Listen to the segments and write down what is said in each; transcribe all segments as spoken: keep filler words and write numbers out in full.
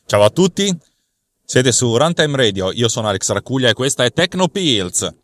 Ciao a tutti, siete su Runtime Radio, io sono Alex Racuglia e questa è Tecnopills.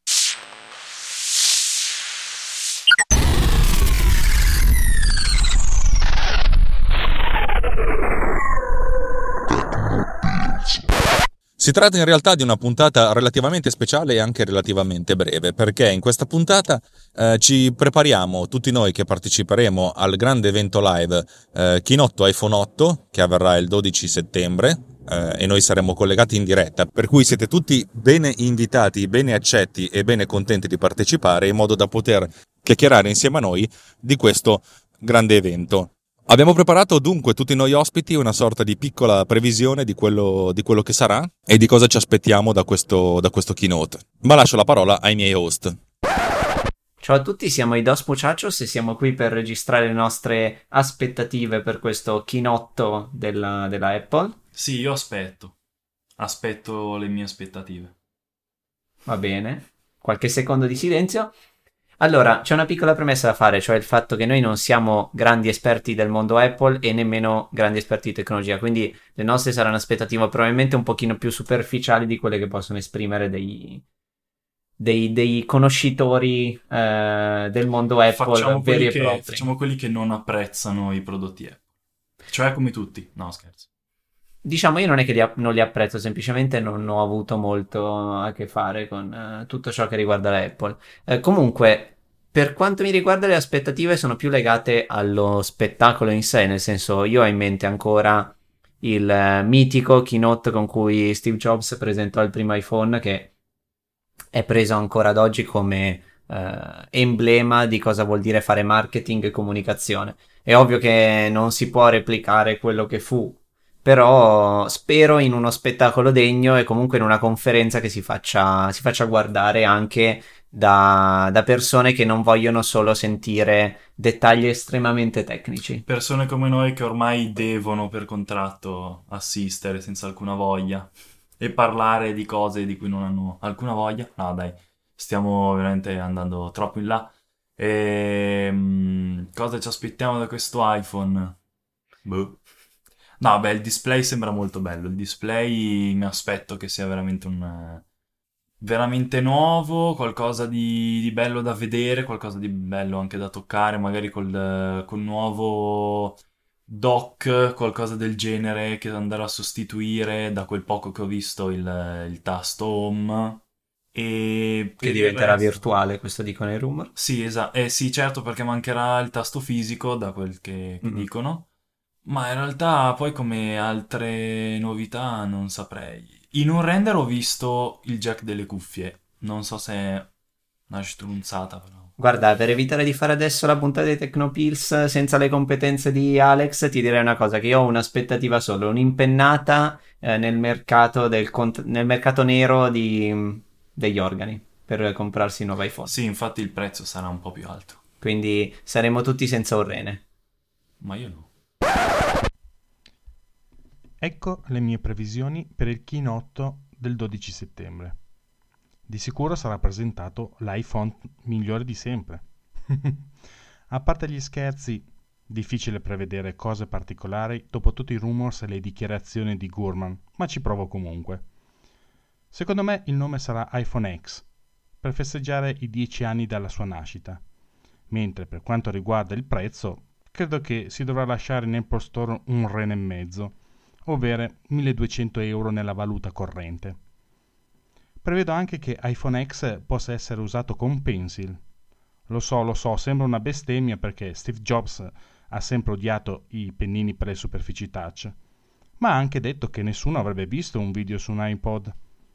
Si tratta in realtà di una puntata relativamente speciale e anche relativamente breve, perché in questa puntata eh, ci prepariamo, tutti noi che parteciperemo al grande evento live eh, Keynote iPhone otto, che avverrà il dodici settembre, eh, e noi saremo collegati in diretta, per cui siete tutti bene invitati, bene accetti e bene contenti di partecipare, in modo da poter chiacchierare insieme a noi di questo grande evento. Abbiamo preparato dunque tutti noi ospiti una sorta di piccola previsione di quello, di quello che sarà e di cosa ci aspettiamo da questo, da questo keynote. Ma lascio la parola ai miei host. Ciao a tutti, siamo i Dos Muchachos e siamo qui per registrare le nostre aspettative per questo keynote della, della Apple. Sì, io aspetto. Aspetto le mie aspettative. Va bene. Qualche secondo di silenzio. Allora, c'è una piccola premessa da fare, cioè il fatto che noi non siamo grandi esperti del mondo Apple e nemmeno grandi esperti di tecnologia, quindi le nostre saranno aspettative probabilmente un pochino più superficiali di quelle che possono esprimere dei, dei, dei conoscitori eh, del mondo Apple Facciamo veri quelli, e che, propri. facciamo quelli che non apprezzano i prodotti Apple. Cioè come tutti. No, scherzo. Diciamo, io non è che li app- non li apprezzo, semplicemente non ho avuto molto a che fare con eh, tutto ciò che riguarda la Apple. Eh, comunque, per quanto mi riguarda, le aspettative sono più legate allo spettacolo in sé, nel senso, io ho in mente ancora il eh, mitico keynote con cui Steve Jobs presentò il primo iPhone, che è preso ancora ad oggi come eh, emblema di cosa vuol dire fare marketing e comunicazione. È ovvio che non si può replicare quello che fu, però spero in uno spettacolo degno e comunque in una conferenza che si faccia, si faccia guardare anche da, da persone che non vogliono solo sentire dettagli estremamente tecnici. Persone come noi che ormai devono per contratto assistere senza alcuna voglia e parlare di cose di cui non hanno alcuna voglia. No, dai, stiamo veramente andando troppo in là. E cosa ci aspettiamo da questo iPhone? Boh. No, beh, il display sembra molto bello. Il display mi aspetto che sia veramente un veramente nuovo, qualcosa di, di bello da vedere, qualcosa di bello anche da toccare, magari col, col nuovo dock, qualcosa del genere che andrà a sostituire da quel poco che ho visto il, il tasto home. E Che per il diventerà resto- virtuale, questo dicono i rumor. Sì, esatto. Eh sì, certo, perché mancherà il tasto fisico, da quel che, che Mm. dicono. Ma in realtà poi come altre novità non saprei. In un render ho visto il jack delle cuffie. Non so se è una strunzata però. Guarda, per evitare di fare adesso la puntata di Tecnopills senza le competenze di Alex, ti direi una cosa, che io ho un'aspettativa solo, un'impennata eh, nel mercato del cont- nel mercato nero di, degli organi per comprarsi un nuovo iPhone. Sì, infatti il prezzo sarà un po' più alto. Quindi saremo tutti senza un rene. Ma io no. Ecco le mie previsioni per il keynote del dodici settembre. Di sicuro sarà presentato l'iPhone migliore di sempre. A parte gli scherzi, difficile prevedere cose particolari dopo tutti i rumors e le dichiarazioni di Gurman, ma ci provo comunque. Secondo me il nome sarà iPhone X, per festeggiare i dieci anni dalla sua nascita, mentre per quanto riguarda il prezzo, credo che si dovrà lasciare in Apple Store un rene e mezzo, ovvero milleduecento euro nella valuta corrente. Prevedo anche che iPhone X possa essere usato con Pencil. Lo so, lo so, sembra una bestemmia perché Steve Jobs ha sempre odiato i pennini per le superfici touch, ma ha anche detto che nessuno avrebbe visto un video su un iPod.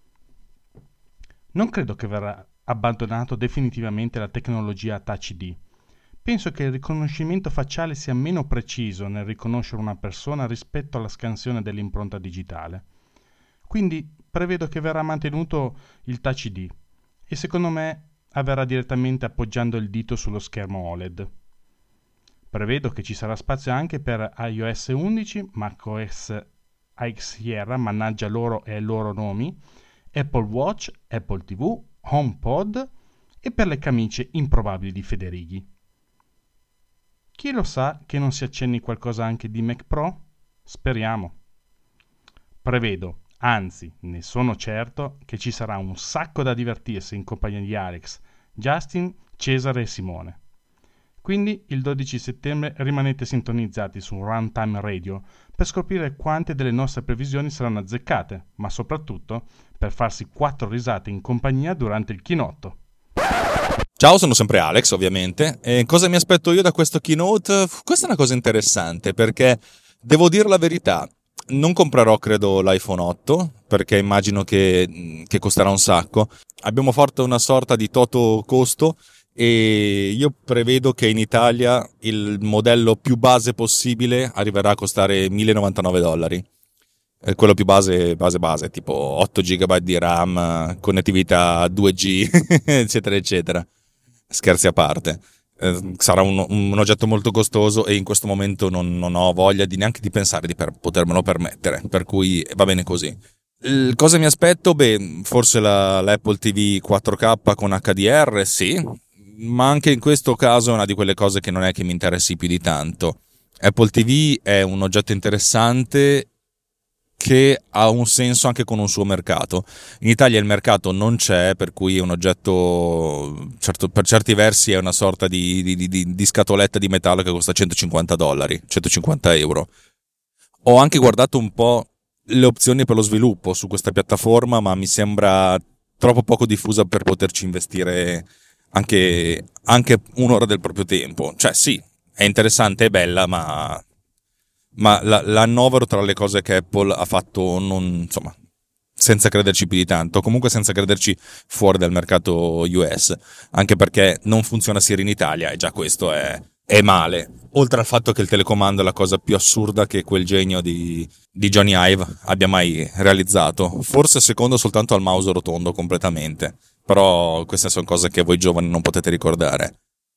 Non credo che verrà abbandonato definitivamente la tecnologia Touch I D. Penso che il riconoscimento facciale sia meno preciso nel riconoscere una persona rispetto alla scansione dell'impronta digitale. Quindi prevedo che verrà mantenuto il Touch I D e secondo me avverrà direttamente appoggiando il dito sullo schermo O L E D. Prevedo che ci sarà spazio anche per iOS undici, macOS X Sierra, mannaggia loro e i loro nomi, Apple Watch, Apple ti vu, HomePod e per le camicie improbabili di Federighi. Chi lo sa che non si accenni qualcosa anche di Mac Pro? Speriamo. Prevedo, anzi ne sono certo, che ci sarà un sacco da divertirsi in compagnia di Alex, Justin, Cesare e Simone. Quindi il dodici settembre rimanete sintonizzati su Runtime Radio per scoprire quante delle nostre previsioni saranno azzeccate, ma soprattutto per farsi quattro risate in compagnia durante il chinotto. Ciao, sono sempre Alex, ovviamente. E cosa mi aspetto io da questo keynote? Questa è una cosa interessante, perché devo dire la verità, non comprerò credo l'iPhone otto, perché immagino che, che costerà un sacco. Abbiamo fatto una sorta di toto costo e io prevedo che in Italia il modello più base possibile arriverà a costare mille e novantanove dollari. Quello più base, base, base, tipo otto giga di RAM, connettività due G, eccetera, eccetera. Scherzi a parte. Eh, sarà un, un oggetto molto costoso e in questo momento non, non ho voglia di neanche di pensare di per, potermelo permettere, per cui va bene così. Il, cosa mi aspetto? Beh, forse la, l'Apple T V quattro K con H D R, sì, ma anche in questo caso è una di quelle cose che non è che mi interessi più di tanto. Apple T V è un oggetto interessante che ha un senso anche con un suo mercato. In Italia il mercato non c'è, per cui è un oggetto, certo, per certi versi è una sorta di, di, di, di scatoletta di metallo che costa centocinquanta dollari, centocinquanta euro. Ho anche guardato un po' le opzioni per lo sviluppo su questa piattaforma, ma mi sembra troppo poco diffusa per poterci investire anche, anche un'ora del proprio tempo. Cioè sì, è interessante, è bella, ma... ma la, la annovero tra le cose che Apple ha fatto non, insomma, senza crederci più di tanto, comunque senza crederci fuori dal mercato U S, anche perché non funziona Siri in Italia e già questo è, è male, oltre al fatto che il telecomando è la cosa più assurda che quel genio di, di Johnny Ive abbia mai realizzato, forse secondo soltanto al mouse rotondo completamente, però queste sono cose che voi giovani non potete ricordare.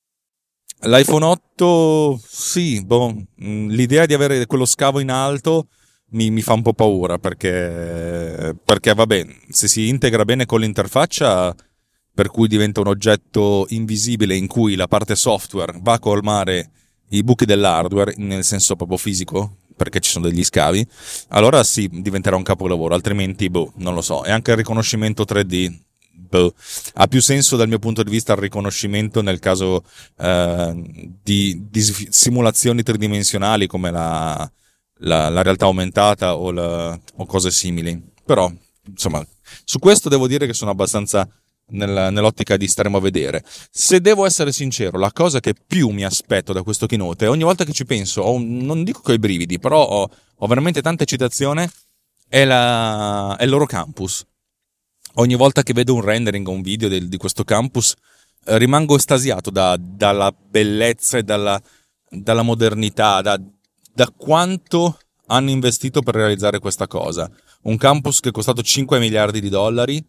L'iPhone otto, sì, boh, l'idea di avere quello scavo in alto mi, mi fa un po' paura, perché, perché vabbè, se si integra bene con l'interfaccia, per cui diventa un oggetto invisibile in cui la parte software va a colmare i buchi dell'hardware, nel senso proprio fisico, perché ci sono degli scavi, allora sì, diventerà un capolavoro, altrimenti, boh, non lo so. E anche il riconoscimento tre D, boh, ha più senso dal mio punto di vista il riconoscimento nel caso eh, di, di simulazioni tridimensionali come la, la, la realtà aumentata o, la, o cose simili. Però, insomma, su questo devo dire che sono abbastanza nel, nell'ottica di staremo a vedere. Se devo essere sincero, la cosa che più mi aspetto da questo keynote, ogni volta che ci penso, ho, non dico coi brividi, però ho, ho veramente tanta eccitazione, è, la, è il loro campus. Ogni volta che vedo un rendering o un video del, di questo campus eh, rimango estasiato da, dalla bellezza e dalla, dalla modernità, da, da quanto hanno investito per realizzare questa cosa. Un campus che è costato cinque miliardi di dollari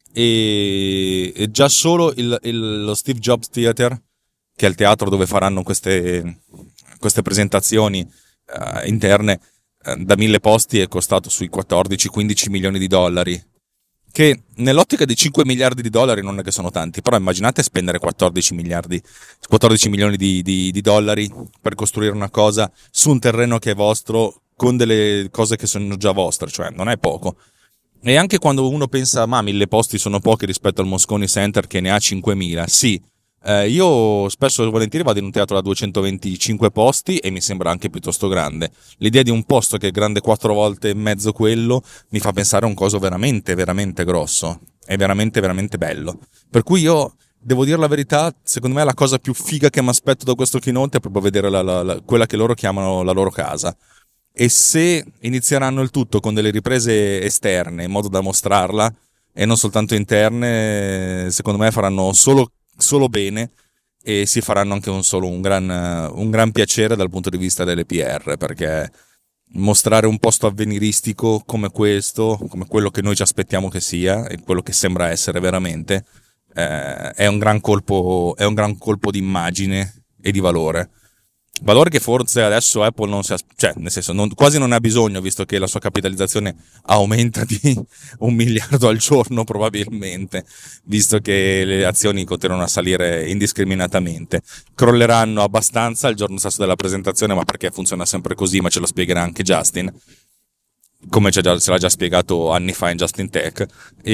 e, e già solo il, il, lo Steve Jobs Theater, che è il teatro dove faranno queste, queste presentazioni eh, interne, eh, da mille posti è costato sui quattordici quindici milioni di dollari. Che nell'ottica di cinque miliardi di dollari non è che sono tanti, però immaginate spendere quattordici miliardi, quattordici milioni di, di, di dollari per costruire una cosa su un terreno che è vostro con delle cose che sono già vostre, cioè non è poco. E anche quando uno pensa, ma mille posti sono pochi rispetto al Moscone Center che ne ha cinquemila, sì, eh, io spesso e volentieri vado in un teatro da duecentoventicinque posti e mi sembra anche piuttosto grande. L'idea di un posto che è grande quattro volte e mezzo quello mi fa pensare a un coso veramente, veramente grosso. È veramente, veramente bello. Per cui io, devo dire la verità, secondo me la cosa più figa che mi aspetto da questo keynote è proprio vedere la, la, la, quella che loro chiamano la loro casa. E se inizieranno il tutto con delle riprese esterne in modo da mostrarla e non soltanto interne, secondo me faranno solo solo bene e si faranno anche un solo un gran, un gran piacere dal punto di vista delle P R, perché mostrare un posto avveniristico come questo, come quello che noi ci aspettiamo che sia e quello che sembra essere veramente, eh, è un gran colpo, è un gran colpo di immagine e di valore. Valore che forse adesso Apple non si cioè nel senso non, quasi non ha bisogno, visto che la sua capitalizzazione aumenta di un miliardo al giorno probabilmente, visto che le azioni continuano a salire indiscriminatamente. Crolleranno abbastanza il giorno stesso della presentazione, ma perché funziona sempre così, ma ce lo spiegherà anche Justin. come già, se l'ha già spiegato anni fa in Just in Tech,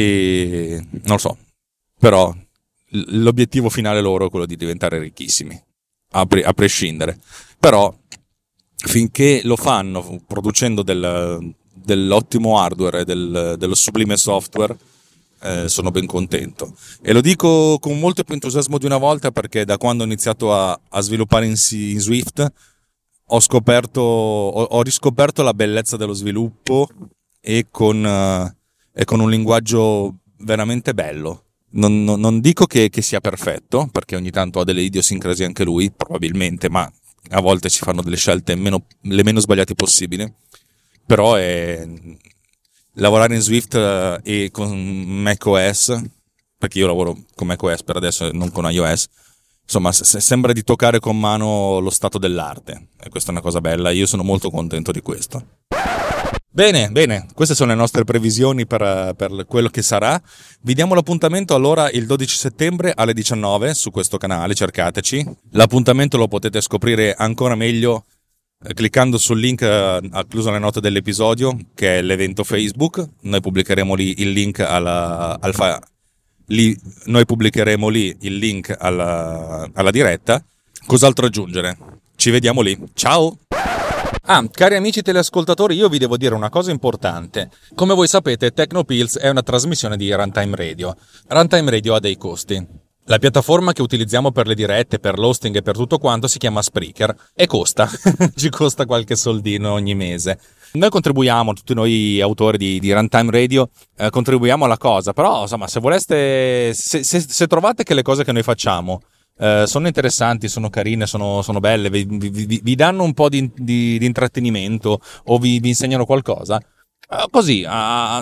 e non lo so, però l'obiettivo finale loro è quello di diventare ricchissimi, a, pre- a prescindere. Però finché lo fanno producendo del, dell'ottimo hardware e del, dello sublime software, eh, sono ben contento, e lo dico con molto più entusiasmo di una volta, perché da quando ho iniziato a, a sviluppare in, in Swift ho scoperto ho, ho riscoperto la bellezza dello sviluppo, e con, uh, e con un linguaggio veramente bello. Non, non, non dico che, che sia perfetto, perché ogni tanto ha delle idiosincrasie anche lui, probabilmente, ma a volte ci fanno delle scelte meno, le meno sbagliate possibili. Però è lavorare in Swift e con macOS, perché io lavoro con macOS per adesso e non con iOS, insomma se, sembra di toccare con mano lo stato dell'arte, e questa è una cosa bella. Io sono molto contento di questo. Bene, bene, queste sono le nostre previsioni per, per quello che sarà. Vi diamo l'appuntamento allora il dodici settembre alle diciannove su questo canale, cercateci. L'appuntamento lo potete scoprire ancora meglio eh, cliccando sul link eh, incluso nelle note dell'episodio, che è l'evento Facebook. Noi pubblicheremo lì il link alla, al fa- lì, noi pubblicheremo lì il link alla, alla diretta. Cos'altro aggiungere? Ci vediamo lì. Ciao! Ah, cari amici teleascoltatori, io vi devo dire una cosa importante. Come voi sapete, Technopills è una trasmissione di Runtime Radio. Runtime Radio ha dei costi. La piattaforma che utilizziamo per le dirette, per l'hosting e per tutto quanto si chiama Spreaker, e costa, ci costa qualche soldino ogni mese. Noi contribuiamo, tutti noi autori di, di Runtime Radio, eh, contribuiamo alla cosa, però insomma, se voleste, se, se, se trovate che le cose che noi facciamo Uh, sono interessanti, sono carine, sono, sono belle, vi, vi, vi danno un po' di, di, di intrattenimento o vi, vi insegnano qualcosa, uh, così, uh,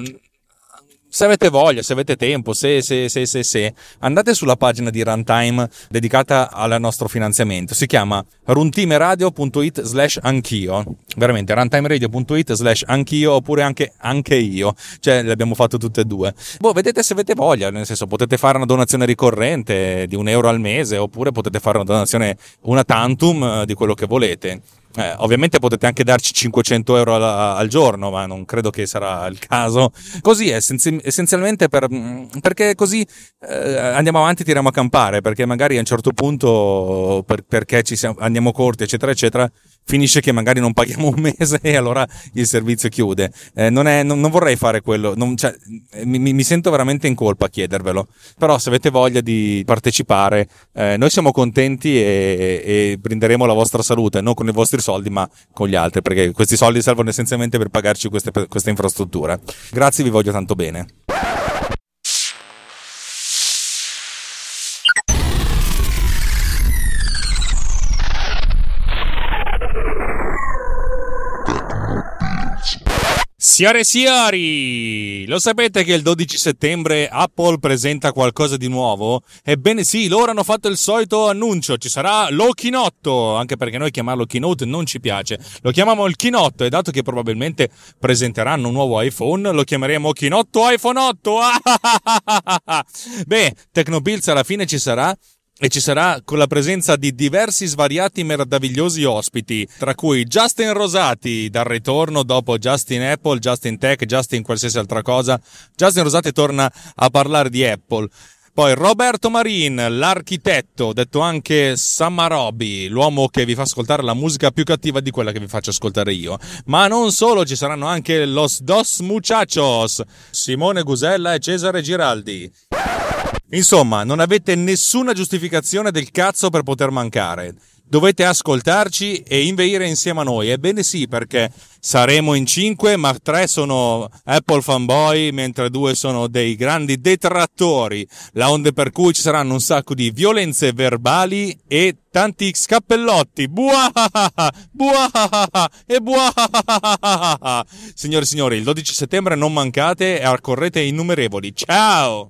se avete voglia, se avete tempo, se, se, se, se, se, andate sulla pagina di Runtime dedicata al nostro finanziamento. Si chiama runtimeradio.it slash anch'io, veramente runtimeradio.it slash anch'io, oppure anche anche io, cioè le abbiamo fatto tutte e due. Boh, vedete se avete voglia, nel senso, potete fare una donazione ricorrente di un euro al mese, oppure potete fare una donazione una tantum di quello che volete. Eh, ovviamente potete anche darci cinquecento euro al, al giorno, ma non credo che sarà il caso. Così è essenzi- essenzialmente per, perché così eh, andiamo avanti, tiriamo a campare, perché magari a un certo punto per, perché ci siamo, andiamo corti eccetera eccetera, finisce che magari non paghiamo un mese e allora il servizio chiude. Eh, non, è, non, non vorrei fare quello, non, cioè, mi, mi sento veramente in colpa a chiedervelo, però se avete voglia di partecipare, eh, noi siamo contenti e, e brinderemo la vostra salute, non con i vostri soldi ma con gli altri, perché questi soldi servono essenzialmente per pagarci queste, questa infrastruttura. Grazie, vi voglio tanto bene. Signore e signori, lo sapete che il dodici settembre Apple presenta qualcosa di nuovo? Ebbene sì, loro hanno fatto il solito annuncio, ci sarà lo Chinotto, anche perché noi chiamarlo Keynote non ci piace, lo chiamiamo il Chinotto, e dato che probabilmente presenteranno un nuovo iPhone, lo chiameremo Chinotto iPhone otto. Beh, Technopills alla fine ci sarà, e ci sarà con la presenza di diversi svariati meravigliosi ospiti, tra cui Justin Rosati, dal ritorno dopo Justin Apple, Justin Tech, Justin qualsiasi altra cosa. Justin Rosati torna a parlare di Apple. Poi Roberto Marin, l'architetto, detto anche Samarobi, l'uomo che vi fa ascoltare la musica più cattiva di quella che vi faccio ascoltare io. Ma non solo, ci saranno anche Los Dos Muchachos, Simone Gusella e Cesare Giraldi. Insomma, non avete nessuna giustificazione del cazzo per poter mancare. Dovete ascoltarci e inveire insieme a noi. Ebbene sì, perché saremo in cinque, ma tre sono Apple fanboy, mentre due sono dei grandi detrattori. La onde per cui ci saranno un sacco di violenze verbali e tanti scappellotti. Buahaha, buahaha e buahaha. Signore e signori, il dodici settembre non mancate e accorrete innumerevoli. Ciao!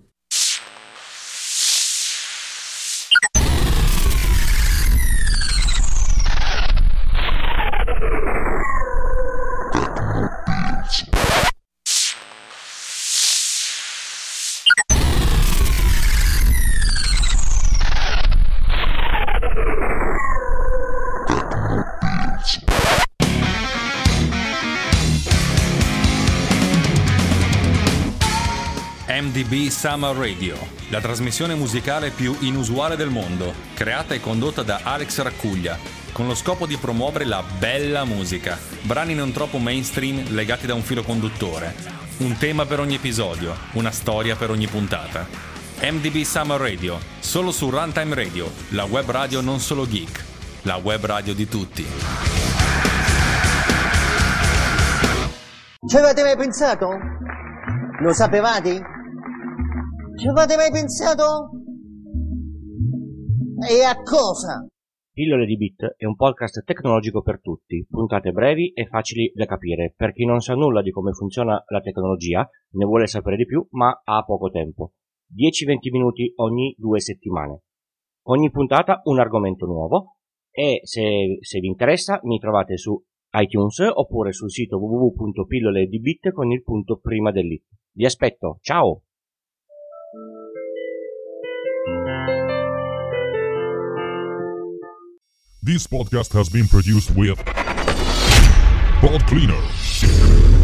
M D B Summer Radio, la trasmissione musicale più inusuale del mondo, creata e condotta da Alex Raccuglia, con lo scopo di promuovere la bella musica, brani non troppo mainstream legati da un filo conduttore, un tema per ogni episodio, una storia per ogni puntata. M D B Summer Radio, solo su Runtime Radio, la web radio non solo geek, la web radio di tutti. Ci avete mai pensato? Lo sapevate? Ci avete mai pensato? E a cosa? Pillole di Bit è un podcast tecnologico per tutti, puntate brevi e facili da capire per chi non sa nulla di come funziona la tecnologia, ne vuole sapere di più ma ha poco tempo. dieci venti minuti ogni due settimane. Ogni puntata un argomento nuovo e se, se vi interessa mi trovate su iTunes oppure sul sito w w w punto pillole di bit con il punto prima dell'it. Vi aspetto, ciao! This podcast has been produced with Pod Cleaner.